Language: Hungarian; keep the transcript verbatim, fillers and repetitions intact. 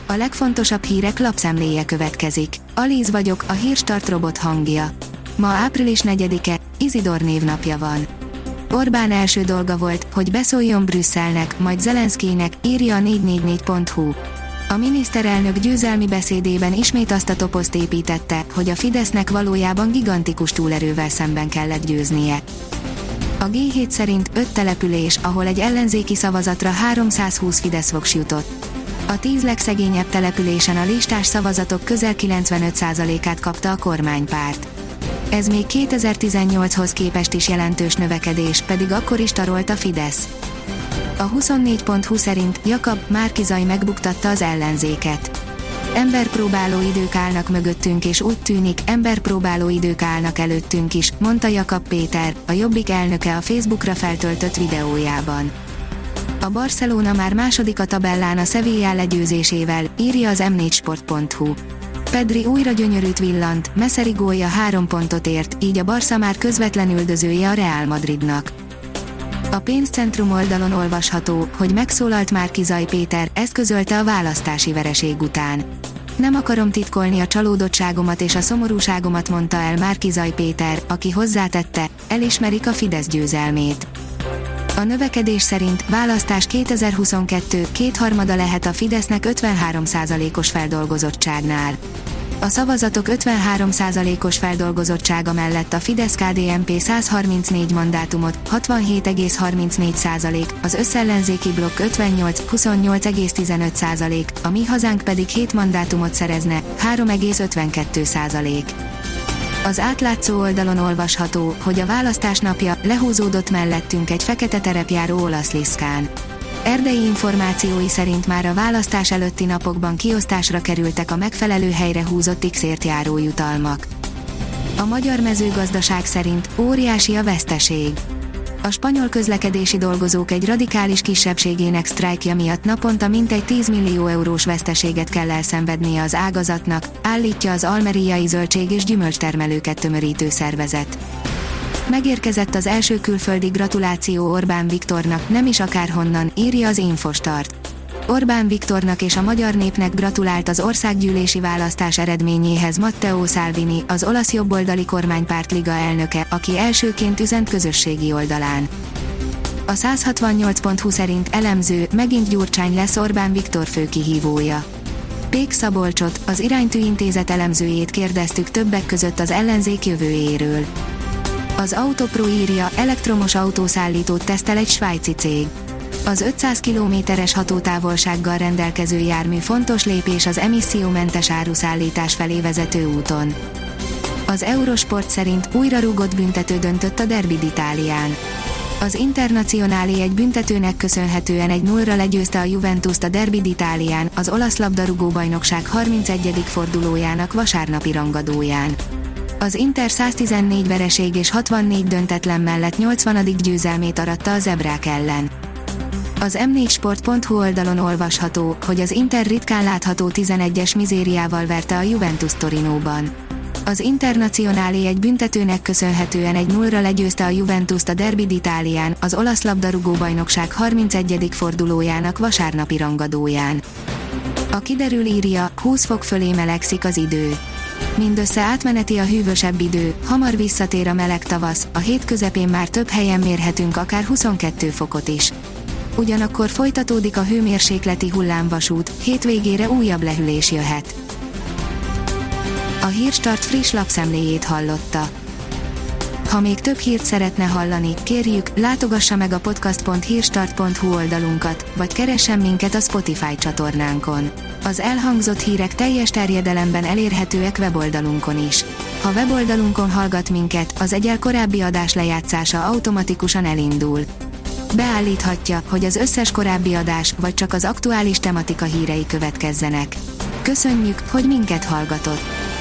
A legfontosabb hírek lapszemléje következik. Alíz vagyok, a Hírstart robot hangja. Ma április negyedike, Izidor névnapja van. Orbán első dolga volt, hogy beszóljon Brüsszelnek, majd Zelenszkijnek, írja a négy négy négy pont hu. A miniszterelnök győzelmi beszédében ismét azt a toposzt építette, hogy a Fidesznek valójában gigantikus túlerővel szemben kellett győznie. A gé hét szerint öt település, ahol egy ellenzéki szavazatra háromszázhúsz Fidesz voks jutott. A tíz legszegényebb településen a listás szavazatok közel kilencvenöt százalékát kapta a kormánypárt. Ez még kétezer-tizennyolchoz képest is jelentős növekedés, pedig akkor is tarolt a Fidesz. A huszonnégy pont hu szerint Jakab Márki-Zay megbuktatta az ellenzéket. Emberpróbáló idők állnak mögöttünk és úgy tűnik, emberpróbáló idők állnak előttünk is, mondta Jakab Péter, a Jobbik elnöke a Facebookra feltöltött videójában. A Barcelona már második a tabellán a Sevilla legyőzésével, írja az em négy sport pont hu. Pedri újra gyönyörűt villant, Messeri gólja három pontot ért, így a Barca már közvetlen üldözője a Real Madridnak. A pénzcentrum oldalon olvasható, hogy megszólalt Márki-Zay Péter, ezt közölte a választási vereség után. Nem akarom titkolni a csalódottságomat és a szomorúságomat, mondta el Márki-Zay Péter, aki hozzátette, elismerik a Fidesz győzelmét. A növekedés szerint választás kétezer-huszonkettő kétharmada lehet a Fidesznek ötvenhárom százalékos feldolgozottságnál. A szavazatok ötvenhárom százalékos feldolgozottsága mellett a Fidesz-ká dé en pé száz harmincnégy mandátumot, hatvanhét egész harmincnégy százalék, az összellenzéki blokk ötvennyolc huszonnyolc egész tizenöt százalék, a Mi Hazánk pedig hét mandátumot szerezne, három egész ötvenkét százalék. Az átlátszó oldalon olvasható, hogy a választás napja lehúzódott mellettünk egy fekete terepjáró olasz liszkán. Erdélyi információi szerint már a választás előtti napokban kiosztásra kerültek a megfelelő helyre húzott X-ért járó jutalmak. A magyar mezőgazdaság szerint óriási a veszteség. A spanyol közlekedési dolgozók egy radikális kisebbségének sztrájkja miatt naponta mintegy tíz millió eurós veszteséget kell elszenvednie az ágazatnak, állítja az almeriai zöldség- és gyümölcstermelőket tömörítő szervezet. Megérkezett az első külföldi gratuláció Orbán Viktornak, nem is akárhonnan, írja az Infostart. Orbán Viktornak és a magyar népnek gratulált az országgyűlési választás eredményéhez Matteo Salvini, az olasz jobboldali kormánypárt liga elnöke, aki elsőként üzent közösségi oldalán. A száz hatvannyolc pont hu szerint elemző, megint Gyurcsány lesz Orbán Viktor főkihívója. Pék Szabolcsot, az Iránytű Intézet elemzőjét kérdeztük többek között az ellenzék jövőjéről. Az Autopro írja, elektromos autószállítót tesztel egy svájci cég. Az ötszáz kilométeres hatótávolsággal rendelkező jármű fontos lépés az emissziómentes áruszállítás felé vezető úton. Az Eurosport szerint újra rúgott büntető döntött a Derby d'Italián. Az Internazionale egy büntetőnek köszönhetően egy nullra legyőzte a Juventust a Derby d'Italián, az olasz labdarúgó-bajnokság harmincegyedik fordulójának vasárnapi rangadóján. Az Inter száztizennégy vereség és hatvannégy döntetlen mellett nyolcvanadik győzelmét aratta a zebrák ellen. Az em négy sport pont hu oldalon olvasható, hogy az Inter ritkán látható tizenegyes mizériával verte a Juventus Torinóban. Az Internazionale egy büntetőnek köszönhetően egy nullra legyőzte a Juventust a Derby d'Italián, az olasz labdarúgó-bajnokság harmincegyedik fordulójának vasárnapi rangadóján. A Kiderül írja, húsz fok fölé melegszik az idő. Mindössze átmeneti a hűvösebb idő, hamar visszatér a meleg tavasz, a hét közepén már több helyen mérhetünk akár huszonkettő fokot is. Ugyanakkor folytatódik a hőmérsékleti hullámvasút, hétvégére újabb lehűlés jöhet. A Hírstart friss lapszemléjét hallotta. Ha még több hírt szeretne hallani, kérjük, látogassa meg a podcast pont hírstart pont hu oldalunkat, vagy keressen minket a Spotify csatornánkon. Az elhangzott hírek teljes terjedelemben elérhetőek weboldalunkon is. Ha weboldalunkon hallgat minket, az egyel korábbi adás lejátszása automatikusan elindul. Beállíthatja, hogy az összes korábbi adás, vagy csak az aktuális tematika hírei következzenek. Köszönjük, hogy minket hallgatott!